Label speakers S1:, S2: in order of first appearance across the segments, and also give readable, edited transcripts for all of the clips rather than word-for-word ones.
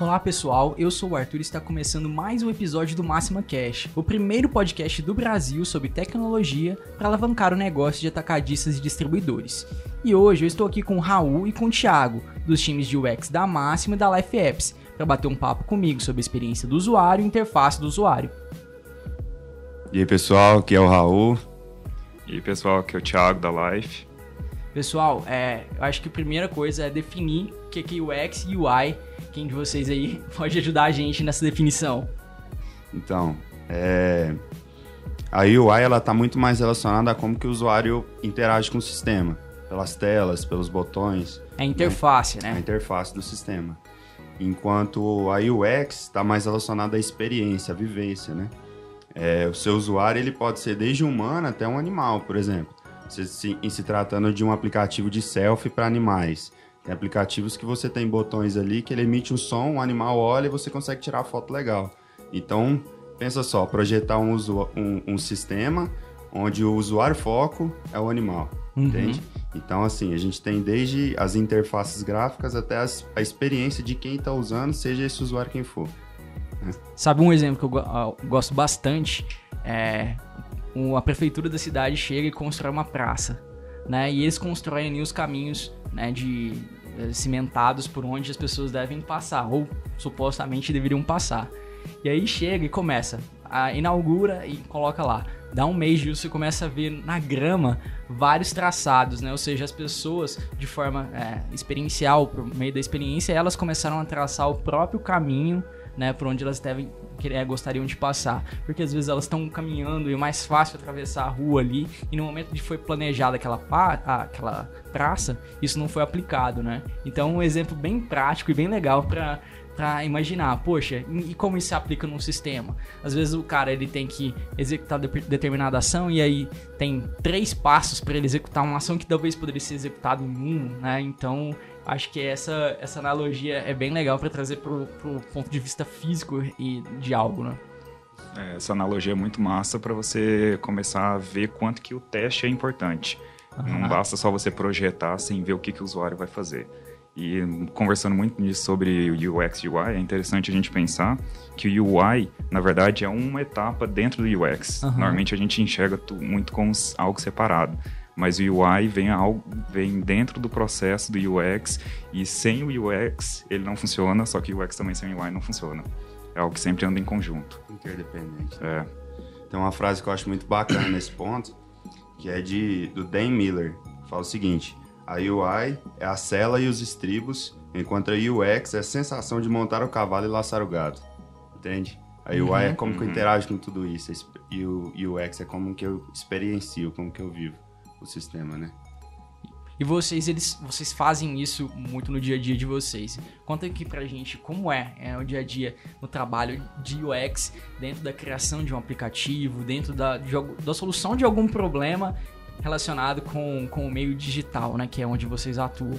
S1: Olá pessoal, eu sou o Arthur e está começando mais um episódio do Máxima Cash, o primeiro podcast do Brasil sobre tecnologia para alavancar o negócio de atacadistas e distribuidores. E hoje eu estou aqui com o Raul e com o Thiago, dos times de UX da Máxima e da Life Apps, para bater um papo comigo sobre a experiência do usuário e interface do usuário.
S2: E aí pessoal, aqui é o Raul.
S3: E aí pessoal, aqui é o Thiago da Life.
S1: Pessoal, eu acho que a primeira coisa é definir o que é UX e UI. Quem de vocês aí pode ajudar a gente nessa definição?
S2: Então, a UI ela está muito mais relacionada a como que o usuário interage com o sistema. Pelas telas, pelos botões.
S1: É a interface, né?
S2: A interface do sistema. Enquanto a UX está mais relacionada à experiência, à vivência, né? O seu usuário ele pode ser desde humano até um animal, por exemplo. Se tratando de um aplicativo de selfie para animais. Tem aplicativos que você tem botões ali que ele emite um som, o animal olha e você consegue tirar a foto legal. Então, pensa só, projetar um sistema onde o usuário foco é o animal, entende? Então, assim, a gente tem desde as interfaces gráficas até a experiência de quem está usando, seja esse usuário quem for.
S1: Sabe um exemplo que eu gosto bastante? A prefeitura da cidade chega e constrói uma praça, né? E eles constroem ali os caminhos, né, cimentados por onde as pessoas devem passar, ou supostamente deveriam passar. E aí chega e começa, inaugura e coloca lá. Dá um mês disso, você começa a ver na grama vários traçados, né? Ou seja, as pessoas, de forma experiencial, por meio da experiência, elas começaram a traçar o próprio caminho, né, por onde elas gostariam de passar, porque às vezes elas estão caminhando e é mais fácil atravessar a rua ali, e no momento que foi planejada aquela praça, isso não foi aplicado, né? Então um exemplo bem prático e bem legal para imaginar, poxa, e como isso se aplica num sistema? Às vezes o cara ele tem que executar determinada ação e aí tem 3 passos para ele executar uma ação que talvez poderia ser executada em 1, né? Então acho que essa analogia é bem legal para trazer pro ponto de vista físico e de algo, né?
S3: Essa analogia é muito massa para você começar a ver quanto que o teste é importante. Não basta só você projetar sem ver o que o usuário vai fazer. E conversando muito nisso sobre o UX e UI, é interessante a gente pensar que o UI, na verdade, é uma etapa dentro do UX. Normalmente a gente enxerga muito como algo separado. Mas o UI vem dentro do processo do UX, e sem o UX ele não funciona, só que o UX também sem o UI não funciona. É algo que sempre anda em conjunto.
S2: Interdependente. Tem uma frase que eu acho muito bacana nesse ponto, que é do Dan Miller, que fala o seguinte: a UI é a sela e os estribos, enquanto a UX é a sensação de montar o cavalo e laçar o gado. Entende? A UI é como que eu interajo com tudo isso, e o UX é como que eu experiencio, como que eu vivo o sistema, né?
S1: E vocês fazem isso muito no dia a dia de vocês. Conta aqui pra gente como é o dia a dia no trabalho de UX, dentro da criação de um aplicativo, dentro da solução de algum problema relacionado com o meio digital, né? Que é onde vocês atuam.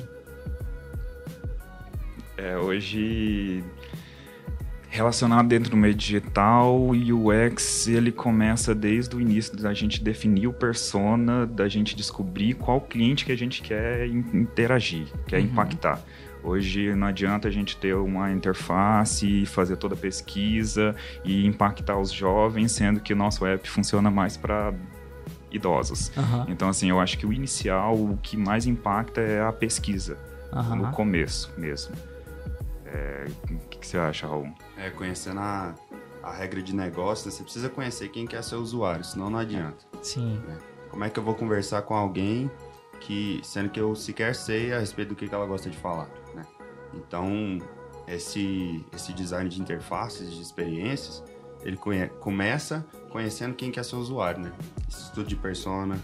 S3: Hoje, relacionado dentro do meio digital, o UX ele começa desde o início da gente definir o persona, da gente descobrir qual cliente que a gente quer interagir, quer impactar. Hoje não adianta a gente ter uma interface, fazer toda a pesquisa e impactar os jovens, sendo que o nosso app funciona mais para idosos. Então, assim, eu acho que o inicial, o que mais impacta é a pesquisa, no começo mesmo. O que você acha, Raul?
S2: Conhecendo a regra de negócio, você precisa conhecer quem quer ser usuário, senão não adianta.
S1: Sim.
S2: Como é que eu vou conversar com alguém sendo que eu sequer sei a respeito do que ela gosta de falar, né? Então, esse design de interfaces, de experiências, ele começa conhecendo quem quer ser usuário, né? Esse estudo de persona,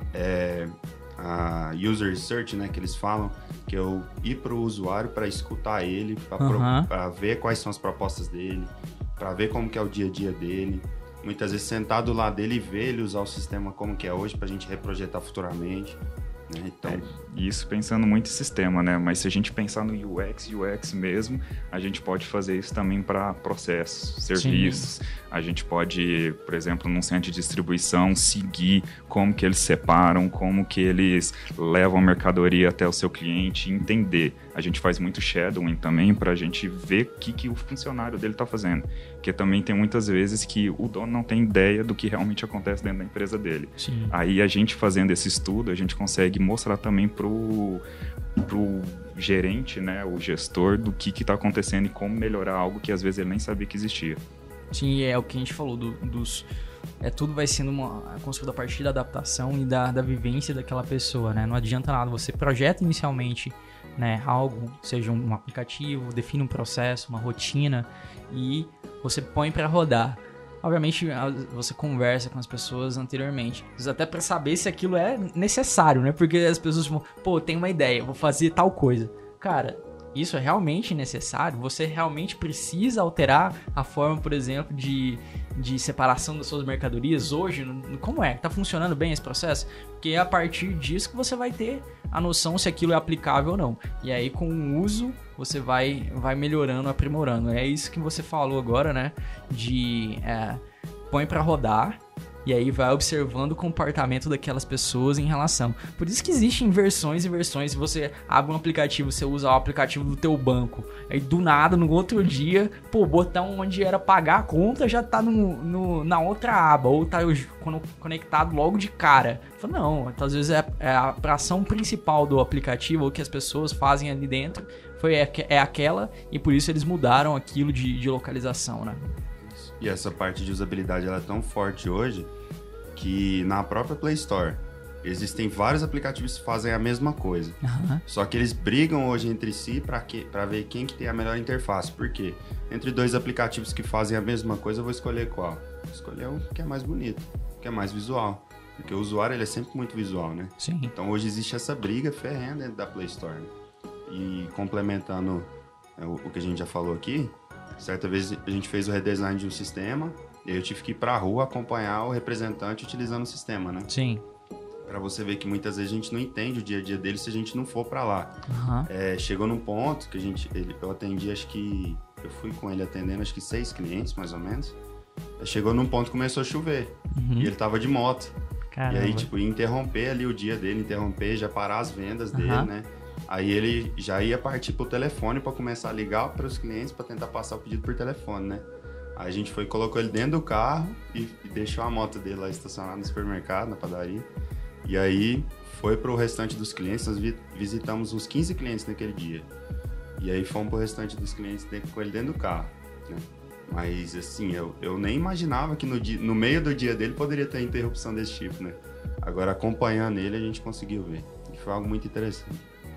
S2: a user research, né, que eles falam, que eu ir para o usuário para escutar ele, para ver quais são as propostas dele, para ver como que é o dia a dia dele, muitas vezes sentar do lado dele e ver ele usar o sistema como que é hoje, para a gente reprojetar futuramente, né? Então,
S3: isso pensando muito em sistema, né? Mas se a gente pensar no UX mesmo, a gente pode fazer isso também para processos, serviços. Sim. A gente pode, por exemplo, num centro de distribuição, seguir como que eles separam, como que eles levam a mercadoria até o seu cliente, entender. A gente faz muito shadowing também para a gente ver o que o funcionário dele está fazendo. Porque também tem muitas vezes que o dono não tem ideia do que realmente acontece dentro da empresa dele.
S1: Sim.
S3: Aí a gente fazendo esse estudo, a gente consegue mostrar também pro gerente, né, o gestor, do que está acontecendo e como melhorar algo que às vezes ele nem sabia que existia.
S1: Sim, é o que a gente falou tudo vai sendo construído a partir da adaptação e da vivência daquela pessoa, né? Não adianta nada, você projeta inicialmente, né, algo, seja um aplicativo, define um processo, uma rotina e você põe para rodar. Obviamente, você conversa com as pessoas anteriormente, até para saber se aquilo é necessário, né? Porque as pessoas falam, pô, tem uma ideia, vou fazer tal coisa. Cara, isso é realmente necessário? Você realmente precisa alterar a forma, por exemplo, de separação das suas mercadorias hoje? Como é? Tá funcionando bem esse processo? Porque é a partir disso que você vai ter a noção se aquilo é aplicável ou não. E aí, com o uso, você vai melhorando, aprimorando. É isso que você falou agora, né? Põe para rodar. E aí vai observando o comportamento daquelas pessoas em relação. Por isso que existem versões e versões. Se você abre um aplicativo, você usa o aplicativo do teu banco. Aí do nada, no outro dia, o botão onde era pagar a conta já tá na outra aba. Ou tá conectado logo de cara. Não, às vezes a ação principal do aplicativo, ou que as pessoas fazem ali dentro, é aquela. E por isso eles mudaram aquilo de localização, né?
S2: E essa parte de usabilidade ela é tão forte hoje que na própria Play Store existem vários aplicativos que fazem a mesma coisa.
S1: Uhum.
S2: Só que eles brigam hoje entre si para ver quem que tem a melhor interface. Por quê? Entre dois aplicativos que fazem a mesma coisa, eu vou escolher qual? Vou escolher o que é mais bonito, o que é mais visual. Porque o usuário ele é sempre muito visual, né?
S1: Sim.
S2: Então hoje existe essa briga ferrenha dentro da Play Store. Né? E complementando o que a gente já falou aqui, certa vez a gente fez o redesign de um sistema e aí eu tive que ir pra rua acompanhar o representante utilizando o sistema, né?
S1: Sim.
S2: Pra você ver que muitas vezes a gente não entende o dia a dia dele se a gente não for pra lá.
S1: Uhum.
S2: Chegou num ponto que eu atendi, eu fui com ele atendendo 6 clientes mais ou menos. Chegou num ponto que começou a chover e ele tava de moto.
S1: Caramba.
S2: E aí, ia interromper ali o dia dele, já parar as vendas dele, né? Aí ele já ia partir pro telefone para começar a ligar para os clientes para tentar passar o pedido por telefone, né? Aí a gente colocou ele dentro do carro e deixou a moto dele lá estacionada no supermercado, na padaria. E aí foi pro restante dos clientes, nós visitamos uns 15 clientes naquele dia. E aí fomos pro restante dos clientes com ele dentro do carro, né? Mas assim, eu nem imaginava que no meio do dia dele poderia ter interrupção desse tipo, né? Agora acompanhando ele a gente conseguiu ver. E foi algo muito interessante.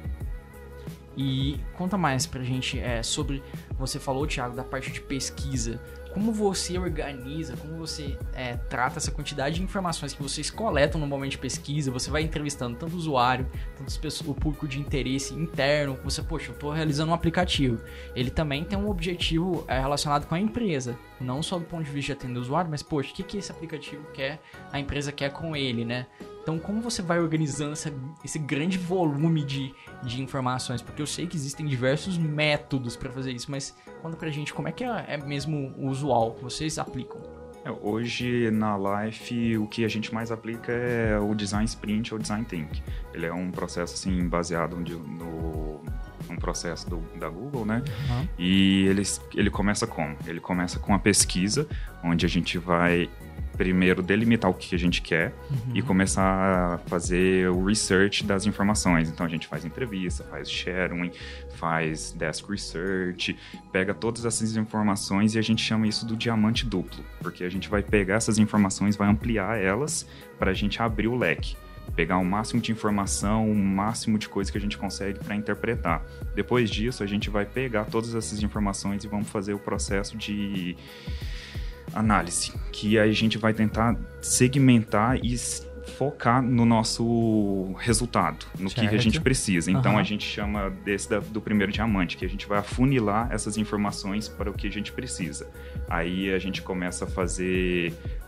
S1: E conta mais pra gente sobre, você falou, Thiago, da parte de pesquisa. Como você organiza, como você trata essa quantidade de informações que vocês coletam no momento de pesquisa? Você vai entrevistando tanto o usuário, tanto o público de interesse interno. Você, poxa, eu tô realizando um aplicativo. Ele também tem um objetivo relacionado com a empresa. Não só do ponto de vista de atender o usuário, mas, poxa, o que esse aplicativo quer, a empresa quer com ele, né? Então, como você vai organizando esse grande volume de informações? Porque eu sei que existem diversos métodos para fazer isso, mas conta pra gente como é que é mesmo o usual que vocês aplicam.
S3: Hoje, na Life, o que a gente mais aplica é o Design Sprint ou Design Think. Ele é um processo assim, baseado num processo da Google, né?
S1: Uhum.
S3: E ele começa como? Ele começa com a pesquisa, onde a gente vai primeiro delimitar o que a gente quer e começar a fazer o research das informações. Então a gente faz entrevista, faz sharing, faz desk research, pega todas essas informações e a gente chama isso do diamante duplo, porque a gente vai pegar essas informações, vai ampliar elas para a gente abrir o leque, pegar o máximo de informação, o máximo de coisa que a gente consegue para interpretar. Depois disso, a gente vai pegar todas essas informações e vamos fazer o processo de análise, que aí a gente vai tentar segmentar e focar no nosso resultado, no que a gente precisa. Então, a gente chama do primeiro diamante, que a gente vai afunilar essas informações para o que a gente precisa. Aí a gente começa a fazer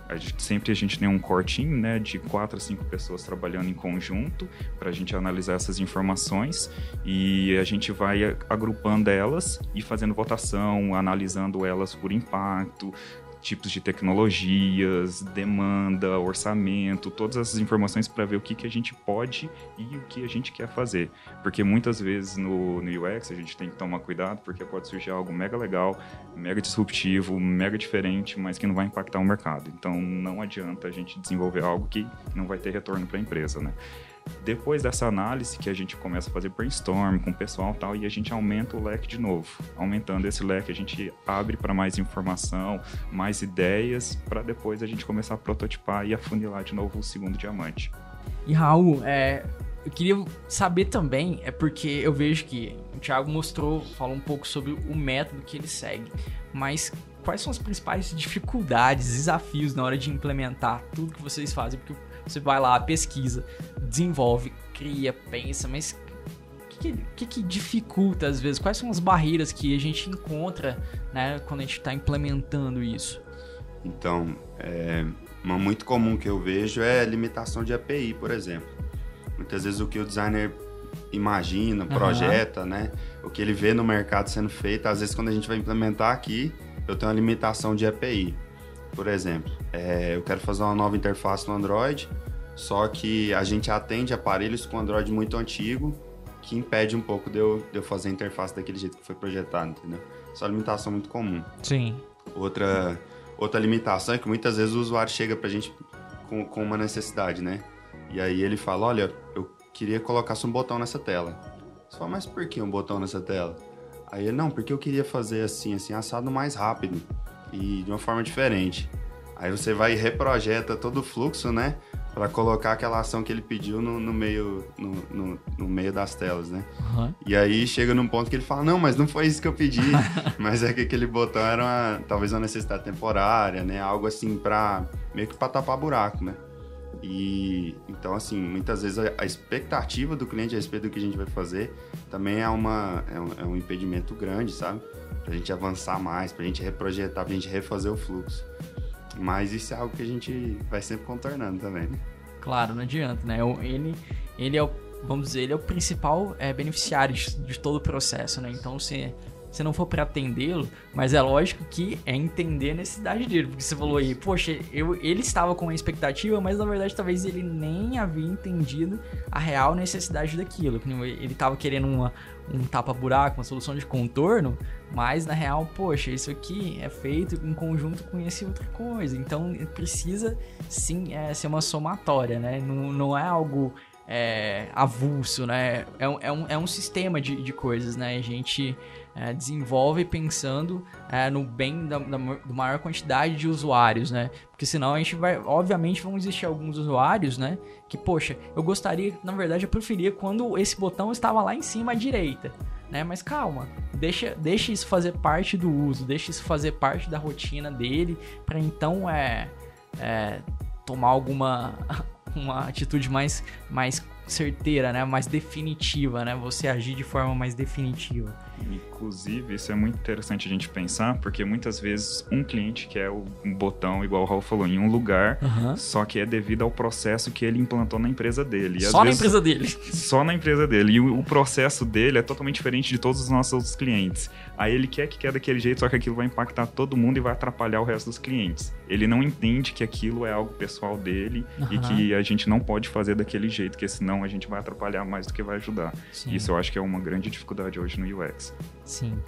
S3: Sempre a gente tem um core team, né, de 4 a 5 pessoas trabalhando em conjunto para a gente analisar essas informações, e a gente vai agrupando elas e fazendo votação, analisando elas por impacto, tipos de tecnologias, demanda, orçamento, todas essas informações para ver o que a gente pode e o que a gente quer fazer. Porque muitas vezes no UX a gente tem que tomar cuidado, porque pode surgir algo mega legal, mega disruptivo, mega diferente, mas que não vai impactar o mercado. Então não adianta a gente desenvolver algo que não vai ter retorno para a empresa, né? Depois dessa análise que a gente começa a fazer brainstorm com o pessoal e tal, e a gente aumenta o leque de novo. Aumentando esse leque, a gente abre para mais informação, mais ideias, para depois a gente começar a prototipar e afunilar de novo o segundo diamante.
S1: E Raul, eu queria saber também, porque eu vejo que o Thiago falou um pouco sobre o método que ele segue, mas quais são as principais dificuldades, desafios na hora de implementar tudo que vocês fazem? Porque você vai lá, pesquisa, desenvolve, cria, pensa, mas o que dificulta às vezes? Quais são as barreiras que a gente encontra, né, quando a gente está implementando isso?
S2: Então, uma muito comum que eu vejo é a limitação de API, por exemplo. Muitas vezes o que o designer imagina, projeta, né, o que ele vê no mercado sendo feito, às vezes quando a gente vai implementar aqui, eu tenho uma limitação de API. Por exemplo, eu quero fazer uma nova interface no Android, só que a gente atende aparelhos com Android muito antigo, que impede um pouco de eu fazer a interface daquele jeito que foi projetado, entendeu? Essa é uma limitação muito comum.
S1: Sim.
S2: Outra limitação é que muitas vezes o usuário chega pra gente com uma necessidade, né? E aí ele fala, olha, eu queria colocar um botão nessa tela. Você fala, mas por que um botão nessa tela? Aí ele, não, porque eu queria fazer assim, assado mais rápido e de uma forma diferente. Aí você vai e reprojeta todo o fluxo, né? Para colocar aquela ação que ele pediu no meio das telas, né? Uhum. E aí chega num ponto que ele fala, não, mas não foi isso que eu pedi. Mas é que aquele botão era talvez uma necessidade temporária, né? Algo assim meio que para tapar buraco, né? E então, assim, muitas vezes a expectativa do cliente a respeito do que a gente vai fazer também é um impedimento grande, sabe? Pra gente avançar mais, pra gente reprojetar, pra gente refazer o fluxo. Mas isso é algo que a gente vai sempre contornando também, né?
S1: Claro, não adianta, né? Ele é o, vamos dizer, ele é o principal beneficiário de todo o processo, né? Então, se não for para atendê-lo, mas é lógico que é entender a necessidade dele, porque você falou aí, poxa, ele estava com uma expectativa, mas na verdade talvez ele nem havia entendido a real necessidade daquilo. Ele estava querendo um tapa-buraco, uma solução de contorno, mas na real, poxa, isso aqui é feito em conjunto com essa outra coisa, então precisa sim ser uma somatória, né? Não é algo avulso, né? É um sistema de coisas, né? A gente desenvolve pensando no bem da maior quantidade de usuários, né? Porque senão a gente obviamente vão existir alguns usuários, né? Que, poxa, eu gostaria, na verdade eu preferia quando esse botão estava lá em cima à direita, né? Mas calma, deixa isso fazer parte do uso, deixa isso fazer parte da rotina dele, para então tomar uma atitude mais certeira, né? Mais definitiva, né? Você agir de forma mais definitiva.
S3: Inclusive, isso é muito interessante a gente pensar, porque muitas vezes um cliente quer um botão, igual o Raul falou, em um lugar, só que é devido ao processo que ele implantou na empresa dele.
S1: Só na empresa dele.
S3: Só na empresa dele. E o processo dele é totalmente diferente de todos os nossos outros clientes. Aí ele quer daquele jeito, só que aquilo vai impactar todo mundo e vai atrapalhar o resto dos clientes. Ele não entende que aquilo é algo pessoal dele e que a gente não pode fazer daquele jeito, porque senão a gente vai atrapalhar mais do que vai ajudar. Sim. Isso eu acho que é uma grande dificuldade hoje no UX.
S1: Sim.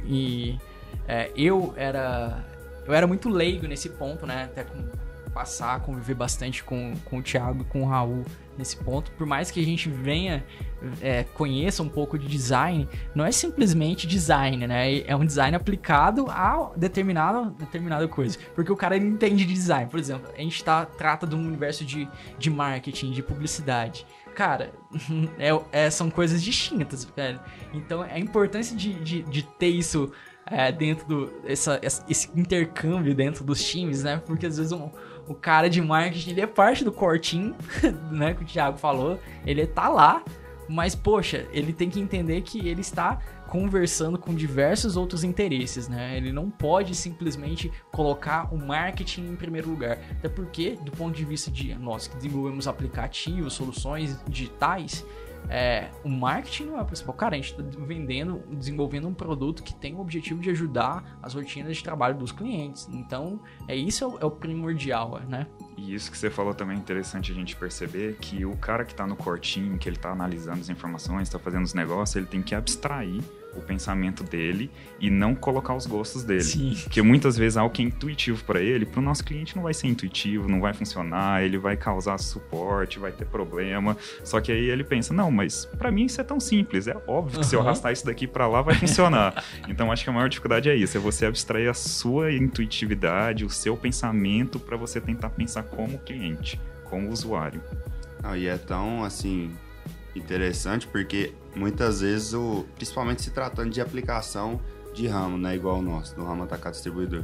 S1: Eu era muito leigo nesse ponto, né? Até conviver bastante com o Thiago e com o Raul nesse ponto. Por mais que a gente conheça um pouco de design, não é simplesmente design, né? É um design aplicado a determinada coisa. Porque o cara entende de design. Por exemplo, a gente trata de um universo de marketing, de publicidade. Cara, são coisas distintas, velho. Então, a importância de ter isso dentro esse intercâmbio dentro dos times, né? Porque às vezes o cara de marketing, ele é parte do core team, né? Que o Thiago falou. Ele tá lá, Mas, poxa, ele tem que entender que ele está conversando com diversos outros interesses, né? Ele não pode simplesmente colocar o marketing em primeiro lugar. Até porque, do ponto de vista de nós que desenvolvemos aplicativos, soluções digitais, o marketing não é o principal. Cara, a gente está desenvolvendo um produto que tem o objetivo de ajudar as rotinas de trabalho dos clientes. Então, isso é o primordial, né?
S3: E isso que você falou também é interessante a gente perceber, que o cara que está no cortinho, que ele está analisando as informações, está fazendo os negócios, ele tem que abstrair o pensamento dele e não colocar os gostos dele.
S1: Sim.
S3: Porque muitas vezes algo que é intuitivo para ele, para o nosso cliente não vai ser intuitivo, não vai funcionar, ele vai causar suporte, vai ter problema. Só que aí ele pensa, não, mas para mim isso é tão simples, é óbvio que se eu arrastar isso daqui para lá vai funcionar. Então acho que a maior dificuldade é isso, é você abstrair a sua intuitividade, o seu pensamento para você tentar pensar como cliente, como usuário.
S2: E é tão, assim, interessante porque muitas vezes, principalmente se tratando de aplicação de ramo, né, igual o nosso, do ramo atacado distribuidor,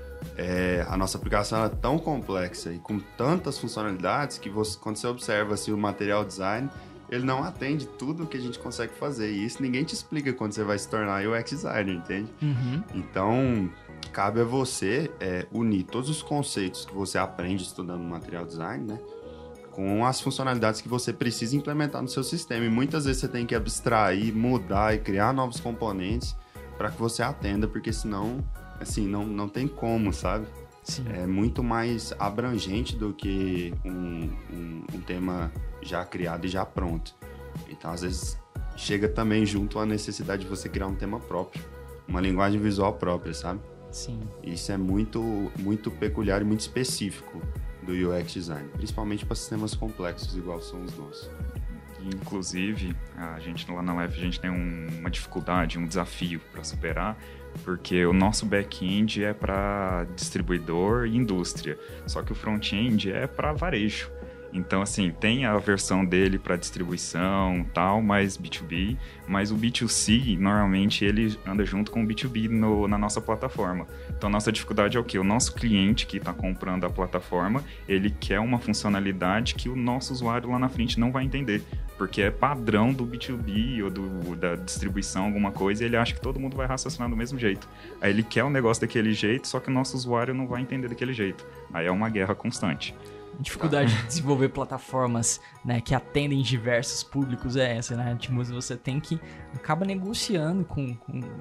S2: a nossa aplicação é tão complexa e com tantas funcionalidades que quando você observa assim, o material design, ele não atende tudo que a gente consegue fazer. E isso ninguém te explica quando você vai se tornar UX designer, entende?
S1: Uhum.
S2: Então, cabe a você unir todos os conceitos que você aprende estudando material design, né, com as funcionalidades que você precisa implementar no seu sistema. E muitas vezes você tem que abstrair, mudar e criar novos componentes para que você atenda, porque senão, assim, não tem como, sabe?
S1: Sim.
S2: É muito mais abrangente do que um tema já criado e já pronto. Então, às vezes, chega também junto à necessidade de você criar um tema próprio, uma linguagem visual própria, sabe?
S1: Sim.
S2: Isso é muito, muito peculiar e muito específico do UX design, principalmente para sistemas complexos igual são os nossos.
S3: Inclusive, a gente lá na UF, a gente tem uma dificuldade, um desafio para superar, porque o nosso back-end é para distribuidor e indústria, só que o front-end é para varejo. Então, assim, tem a versão dele para distribuição tal, mais B2B, mas o B2C, normalmente, ele anda junto com o B2B na nossa plataforma. Então, a nossa dificuldade é o quê? O nosso cliente que está comprando a plataforma, ele quer uma funcionalidade que o nosso usuário lá na frente não vai entender, porque é padrão do B2B ou da distribuição, alguma coisa, e ele acha que todo mundo vai raciocinar do mesmo jeito. Aí ele quer o negócio daquele jeito, só que o nosso usuário não vai entender daquele jeito. Aí é uma guerra constante.
S1: A dificuldade de desenvolver plataformas, né, que atendem diversos públicos é essa, né? Tipo, você tem que acaba negociando com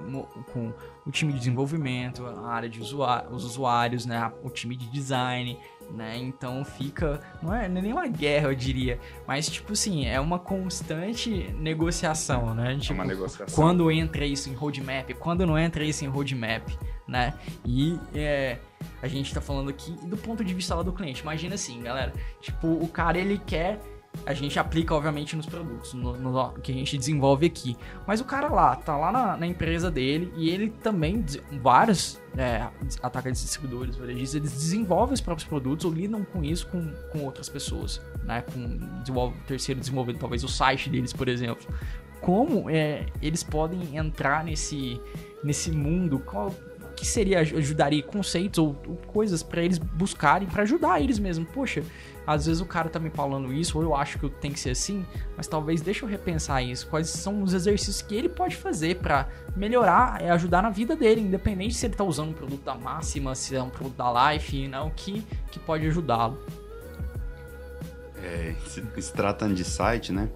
S1: o time de desenvolvimento, a área de os usuários, né, o time de design, né? Então fica, não é nem uma guerra, eu diria, mas tipo assim, é uma constante negociação, né? Tipo,
S3: uma negociação.
S1: Quando entra isso em roadmap, quando não entra isso em roadmap, né? E a gente tá falando aqui do ponto de vista lá do cliente. Imagina assim, galera, tipo, o cara, ele quer... A gente aplica, obviamente, nos produtos no que a gente desenvolve aqui. Mas o cara lá, tá lá na empresa dele e ele também, vários atacantes distribuidores, varejistas, eles desenvolvem os próprios produtos ou lidam com isso com outras pessoas, né? Com terceiro desenvolvendo, talvez o site deles, por exemplo. Como eles podem entrar nesse mundo? Que seria, ajudaria conceitos ou coisas para eles buscarem, para ajudar eles mesmo. Poxa, às vezes o cara tá me falando isso, ou eu acho que tem que ser assim, mas talvez deixa eu repensar isso. Quais são os exercícios que ele pode fazer para melhorar e ajudar na vida dele, independente se ele tá usando um produto da Máxima, se é um produto da Life, né, o que pode ajudá-lo.
S2: Se tratando de site, né,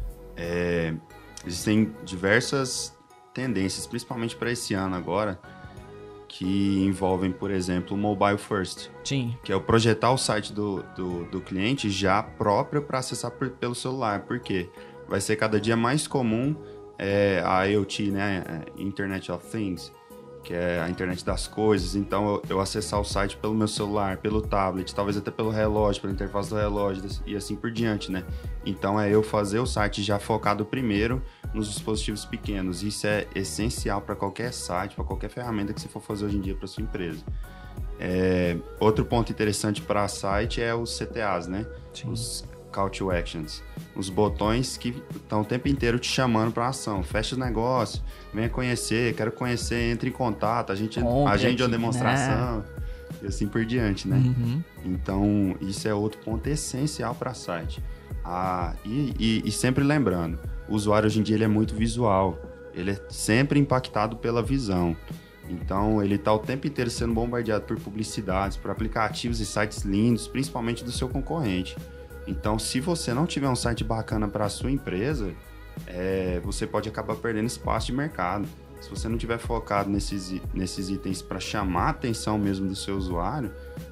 S2: existem diversas tendências, principalmente para esse ano agora, que envolvem, por exemplo, o Mobile First.
S1: Sim.
S2: Que é o projetar o site do cliente já próprio para acessar pelo celular. Por quê? Vai ser cada dia mais comum a IoT, né? Internet of Things, que é a internet das coisas. Então, eu acessar o site pelo meu celular, pelo tablet, talvez até pelo relógio, pela interface do relógio e assim por diante, né? Então, eu fazer o site já focado primeiro nos dispositivos pequenos. Isso é essencial para qualquer site, para qualquer ferramenta que você for fazer hoje em dia para sua empresa. Outro ponto interessante para site é os CTAs, né? Sim. Os Call to Actions. Os botões que estão o tempo inteiro te chamando para ação. Fecha o negócio, venha conhecer, quero conhecer, entre em contato, agende uma demonstração, né? E assim por diante, né?
S1: Uhum.
S2: Então, isso é outro ponto essencial para site. E sempre lembrando, o usuário hoje em dia ele é muito visual. Ele é sempre impactado pela visão. Então, ele está o tempo inteiro sendo bombardeado por publicidades, por aplicativos e sites lindos, principalmente do seu concorrente. Então, se você não tiver um site bacana para a sua empresa, você pode acabar perdendo espaço de mercado. Se você não tiver focado nesses itens para chamar a atenção mesmo do seu usuário,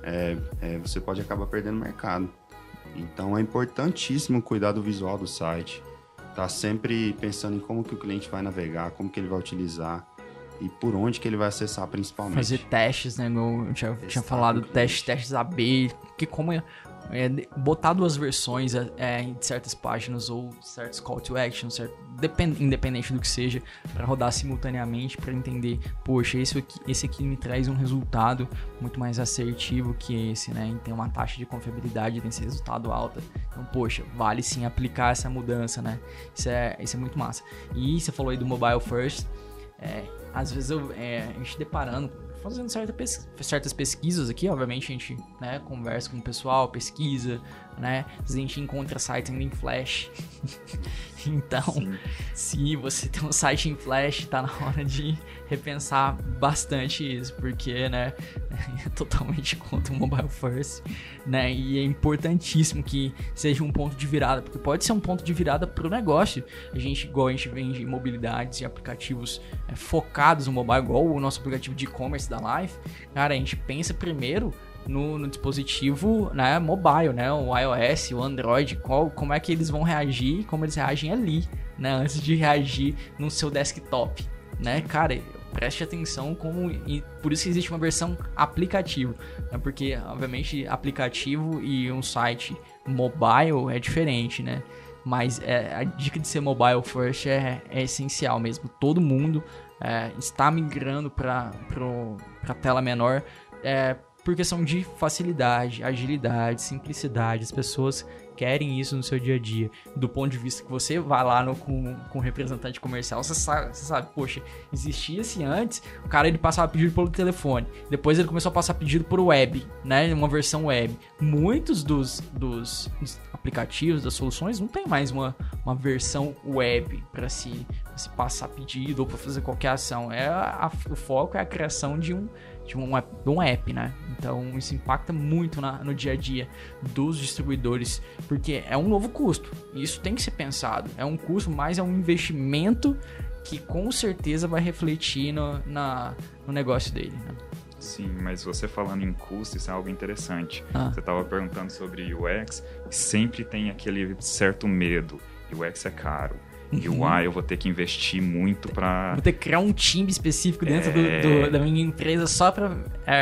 S2: você pode acabar perdendo mercado. Então, é importantíssimo cuidar do visual do site. Tá sempre pensando em como que o cliente vai navegar, como que ele vai utilizar e por onde que ele vai acessar principalmente.
S1: Fazer testes, né? Eu tinha falado testes AB, que como botar duas versões em certas páginas ou certos call to action, independente do que seja, para rodar simultaneamente, para entender, poxa, esse aqui me traz um resultado muito mais assertivo que esse, né? E tem uma taxa de confiabilidade nesse resultado alta. Então, poxa, vale sim aplicar essa mudança, né? Isso é muito massa. E você falou aí do mobile first. Às vezes a gente deparando, fazendo certas pesquisas aqui, obviamente a gente, né, conversa com o pessoal, pesquisa, né, às vezes a gente encontra sites ainda em Flash. Então, sim, se você tem um site em Flash, tá na hora de repensar bastante isso, porque, né, é totalmente contra o mobile first, né, e é importantíssimo que seja um ponto de virada, porque pode ser um ponto de virada pro negócio. Igual a gente vende mobilidades e aplicativos focados no mobile, igual o nosso aplicativo de e-commerce da Life, cara, a gente pensa primeiro no dispositivo, né, mobile, né, o iOS, o Android, como é que eles vão reagir, como eles reagem ali, né, antes de reagir no seu desktop, né, cara, preste atenção e por isso existe uma versão aplicativo, né, porque, obviamente, aplicativo e um site mobile é diferente, né, mas a dica de ser mobile first é essencial mesmo, todo mundo está migrando para tela menor, por questão de facilidade, agilidade, simplicidade. As pessoas querem isso no seu dia a dia. Do ponto de vista que você vai lá com um representante comercial, você sabe, poxa, existia-se antes, o cara ele passava pedido pelo telefone, depois ele começou a passar pedido por web, né, uma versão web. Muitos dos aplicativos, das soluções, não tem mais uma versão web para se passar pedido ou para fazer qualquer ação. O foco é a criação de um app, né? Então isso impacta muito no dia a dia dos distribuidores, porque é um novo custo. Isso tem que ser pensado. É um custo, mas é um investimento que com certeza vai refletir no negócio dele, né?
S3: Sim, mas você falando em custo, isso é algo interessante. Você estava perguntando sobre UX, sempre tem aquele certo medo. UX é caro. UI eu vou ter que investir muito para...
S1: Vou ter que criar um time específico dentro da minha empresa só para...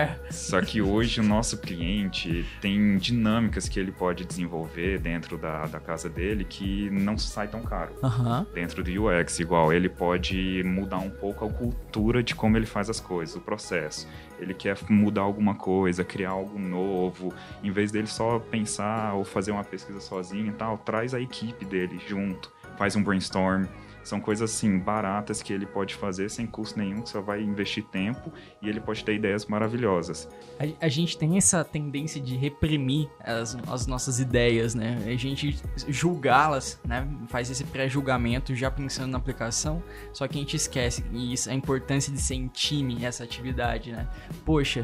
S3: Só que hoje o nosso cliente tem dinâmicas que ele pode desenvolver dentro da casa dele que não sai tão caro. Dentro do UX, igual, ele pode mudar um pouco a cultura de como ele faz as coisas, o processo. Ele quer mudar alguma coisa, criar algo novo, em vez dele só pensar ou fazer uma pesquisa sozinho e tal, traz a equipe dele junto. Faz um brainstorm, são coisas assim baratas que ele pode fazer sem custo nenhum, que só vai investir tempo e ele pode ter ideias maravilhosas.
S1: A gente tem essa tendência de reprimir as nossas ideias, né? A gente julgá-las, né? Faz esse pré-julgamento já pensando na aplicação, só que a gente esquece a importância de ser em time essa atividade, né? Poxa,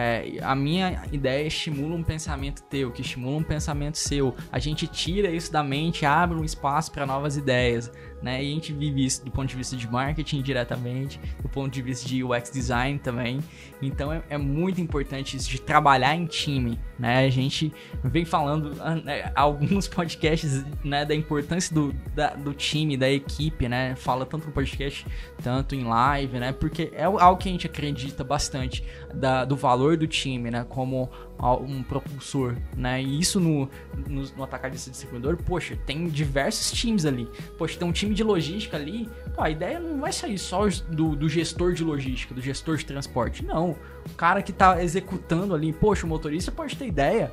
S1: a minha ideia estimula um pensamento teu, que estimula um pensamento seu. A gente tira isso da mente, abre um espaço para novas ideias, né? E a gente vive isso do ponto de vista de marketing diretamente, do ponto de vista de UX design também. Então é muito importante isso de trabalhar em time, né? A gente vem falando alguns podcasts, né, da importância do time, da equipe, né? Fala tanto no podcast, tanto em live, né? Porque é algo que a gente acredita bastante do valor do time, né? Como um propulsor, né? E isso no atacadista distribuidor, poxa, tem diversos times ali. Poxa, tem um time de logística ali, a ideia não vai sair só do gestor de logística, do gestor de transporte, não. O cara que tá executando ali, poxa, o motorista pode ter ideia,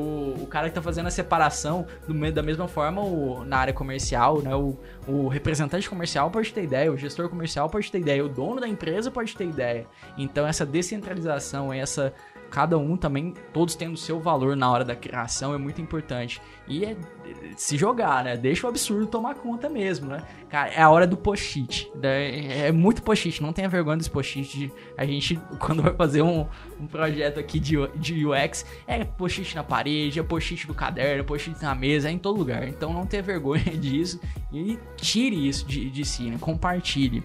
S1: o cara que tá fazendo a separação da mesma forma na área comercial, né? O representante comercial pode ter ideia, o gestor comercial pode ter ideia, o dono da empresa pode ter ideia. Então essa descentralização, essa cada um também, todos tendo o seu valor na hora da criação, é muito importante. E é se jogar, né? Deixa o absurdo tomar conta mesmo, né? Cara, é a hora do post-it. Né? É muito post-it, não tenha vergonha dos post-it. A gente, quando vai fazer um projeto aqui de UX, é post-it na parede, é post-it do caderno, é post-it na mesa, é em todo lugar. Então não tenha vergonha disso e tire isso de si, né? Compartilhe.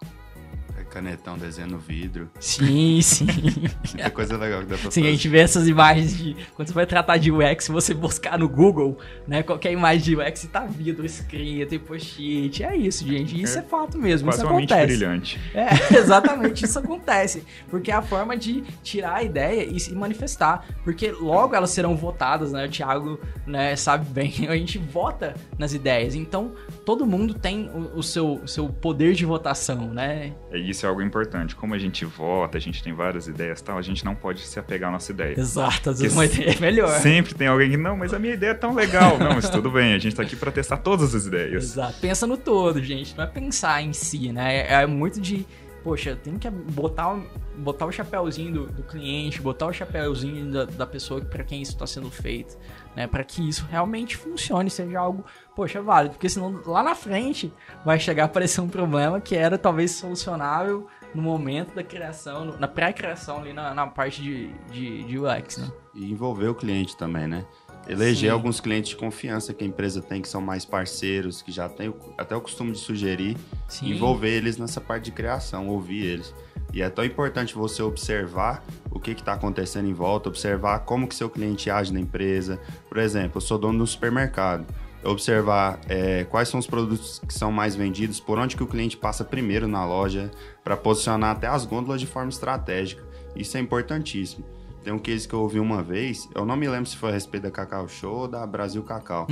S2: Canetão, desenho no vidro.
S1: Sim.
S2: Muita coisa legal que dá pra
S1: Sim,
S2: fazer.
S1: a gente vê essas imagens de... Quando você vai tratar de UX, se você buscar no Google, né? Qualquer imagem de UX tá vidro escrito e post-it. É isso, gente. Isso é fato mesmo.
S3: Quase
S1: isso
S3: uma mente
S1: acontece.
S3: brilhante.
S1: Exatamente. Isso acontece. Porque é a forma de tirar a ideia e se manifestar. Porque logo elas serão votadas, né? O Thiago, né, sabe bem. A gente vota nas ideias. Então, todo mundo tem o seu poder de votação, né?
S3: Isso é algo importante. Como a gente vota, a gente tem várias ideias e tal, a gente não pode se apegar à nossa ideia.
S1: Exato, às vezes uma ideia é melhor.
S3: Sempre tem alguém que, não, mas a minha ideia é tão legal. Não, mas tudo bem, a gente tá aqui pra testar todas as ideias.
S1: Exato, pensa no todo, gente. Não é pensar em si, né? É muito de... Poxa, eu tenho que botar o chapéuzinho do cliente, botar o chapéuzinho da pessoa para quem isso está sendo feito, né? Para que isso realmente funcione, seja algo, poxa, válido. Porque senão lá na frente vai chegar a aparecer um problema que era talvez solucionável no momento da criação, na pré-criação ali na parte de UX, né?
S2: E envolver o cliente também, né? Eleger
S1: Sim.
S2: alguns clientes de confiança que a empresa tem, que são mais parceiros, que já tem até o costume de sugerir,
S1: Sim.
S2: envolver eles nessa parte de criação, ouvir eles. E é tão importante você observar o que está acontecendo em volta, observar como que seu cliente age na empresa. Por exemplo, eu sou dono de um supermercado. Observar quais são os produtos que são mais vendidos, por onde que o cliente passa primeiro na loja, para posicionar até as gôndolas de forma estratégica. Isso é importantíssimo. Tem um case que eu ouvi uma vez, eu não me lembro se foi a respeito da Cacau Show ou da Brasil Cacau,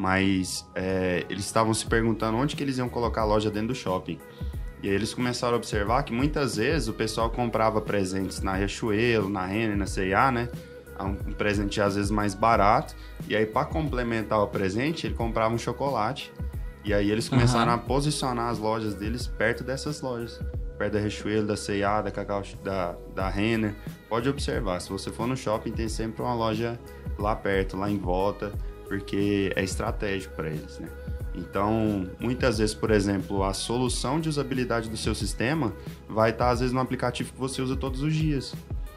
S2: mas eles estavam se perguntando onde que eles iam colocar a loja dentro do shopping. E aí eles começaram a observar que muitas vezes o pessoal comprava presentes na Riachuelo, na Renner, na C&A, né? Um presente às vezes mais barato. E aí para complementar o presente, ele comprava um chocolate. E aí eles começaram a posicionar as lojas deles perto dessas lojas. Perto da Riachuelo, da C&A, da Cacau, da Renner. Pode observar, se você for no shopping, tem sempre uma loja lá perto, lá em volta, porque é estratégico para eles, né? Então, muitas vezes, por exemplo, a solução de usabilidade do seu sistema vai estar, às vezes, no aplicativo que você usa todos os dias.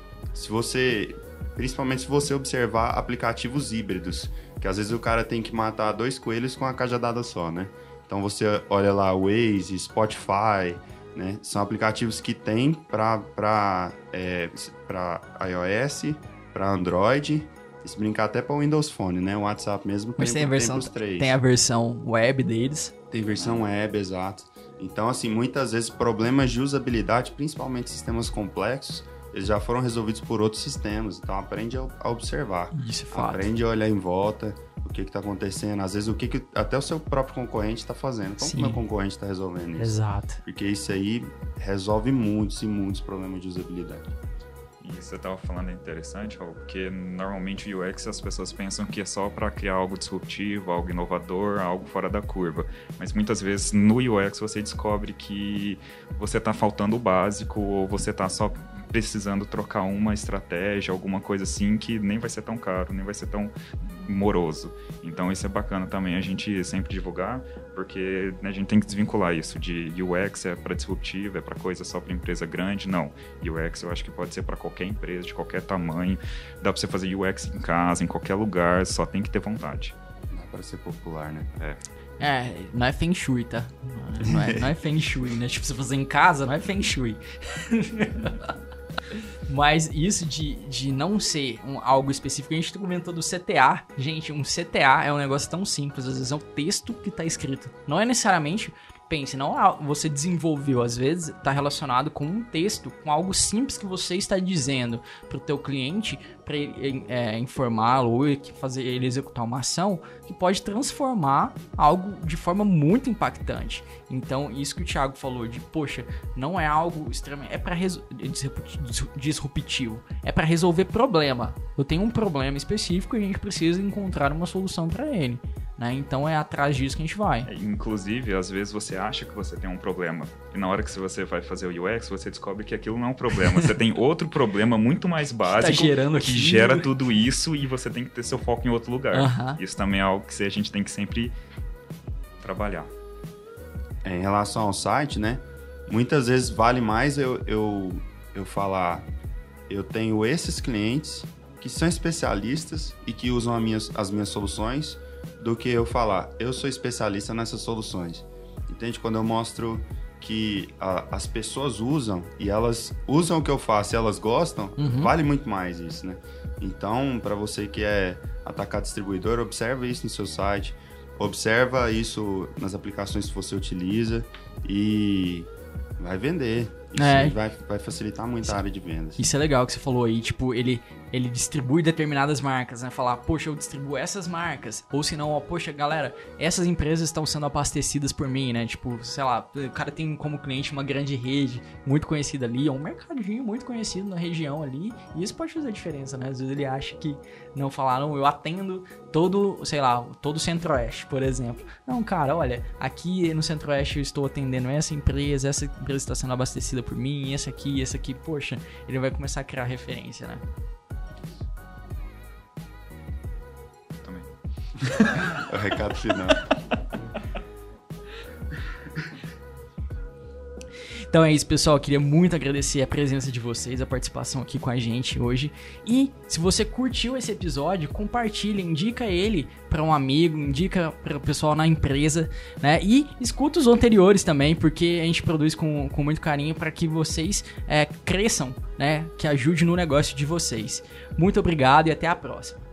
S2: Principalmente se você observar aplicativos híbridos, que às vezes o cara tem que matar 2 coelhos com uma cajadada só, né? Então, você olha lá Waze, Spotify, né? São aplicativos que tem para iOS, para Android, se brincar até para Windows Phone, né? O WhatsApp mesmo
S1: mas tem
S2: os 3.
S1: Tem a versão web deles.
S2: Tem versão web, exato. Então, assim, muitas vezes problemas de usabilidade, principalmente sistemas complexos, eles já foram resolvidos por outros sistemas. Então, aprende a observar.
S1: Isso é fato.
S2: Aprende a olhar em volta, o que está acontecendo. Às vezes, o que até o seu próprio concorrente está fazendo. Como que o meu concorrente está resolvendo isso?
S1: Exato.
S2: Porque isso aí resolve muitos e muitos problemas de usabilidade.
S3: E você estava falando é interessante, Raul, porque normalmente o UX as pessoas pensam que é só para criar algo disruptivo, algo inovador, algo fora da curva. Mas muitas vezes no UX você descobre que você está faltando o básico ou você está só precisando trocar uma estratégia, alguma coisa assim que nem vai ser tão caro, nem vai ser tão moroso. Então isso é bacana também a gente sempre divulgar, porque a gente tem que desvincular isso de UX é para disruptivo, é para coisa só para empresa grande. Não, UX eu acho que pode ser para qualquer empresa, de qualquer tamanho. Dá para você fazer UX em casa, em qualquer lugar, só tem que ter vontade.
S2: Dá para ser popular, né?
S1: Não é Feng Shui, tá? Não é Feng Shui, né? Tipo, se fazer em casa, não é Feng Shui. Mas isso de não ser algo específico, a gente comentou do CTA. Gente, um CTA é um negócio tão simples, às vezes é o texto que tá escrito. Não é necessariamente, pense, não você desenvolveu, às vezes está relacionado com um texto, com algo simples que você está dizendo para o teu cliente, para ele informá-lo ou fazer ele executar uma ação que pode transformar algo de forma muito impactante. Então, isso que o Thiago falou de, poxa, não é algo extremamente, é para disruptivo, é para resolver problema. Eu tenho um problema específico e a gente precisa encontrar uma solução para ele. né? Então é atrás disso que a gente vai.
S3: Inclusive, às vezes você acha que você tem um problema e na hora que você vai fazer o UX, você descobre que aquilo não é um problema. Você tem outro problema muito mais básico que gera tudo isso e você tem que ter seu foco em outro lugar. Isso também é algo que a gente tem que sempre trabalhar.
S2: Em relação ao site, né? Muitas vezes vale mais eu falar, eu tenho esses clientes que são especialistas e que usam as minhas soluções, do que eu falar, eu sou especialista nessas soluções. Entende? Quando eu mostro que as pessoas usam e elas usam o que eu faço e elas gostam, vale muito mais isso, né? Então, para você que é atacar distribuidor, observa isso no seu site, observa isso nas aplicações que você utiliza e vai vender. Isso vai facilitar muito a área de vendas.
S1: Isso é legal que você falou aí, tipo, ele distribui determinadas marcas, né? Falar, poxa, eu distribuo essas marcas. Ou se não, ó, poxa, galera, essas empresas estão sendo abastecidas por mim, né? Tipo, sei lá, o cara tem como cliente uma grande rede muito conhecida ali, é um mercadinho muito conhecido na região ali, e isso pode fazer a diferença, né? Às vezes ele acha que não falaram, eu atendo todo, sei lá, todo o Centro-Oeste, por exemplo. Não, cara, olha, aqui no Centro-Oeste eu estou atendendo essa empresa está sendo abastecida por mim, esse aqui, poxa, ele vai começar a criar referência, né?
S3: Também.
S2: O recado final.
S1: Então é isso, pessoal. Eu queria muito agradecer a presença de vocês, a participação aqui com a gente hoje. E se você curtiu esse episódio, compartilha, indica ele para um amigo, indica para o pessoal na empresa, né? E escuta os anteriores também, porque a gente produz com muito carinho para que vocês cresçam, né? Que ajude no negócio de vocês. Muito obrigado e até a próxima.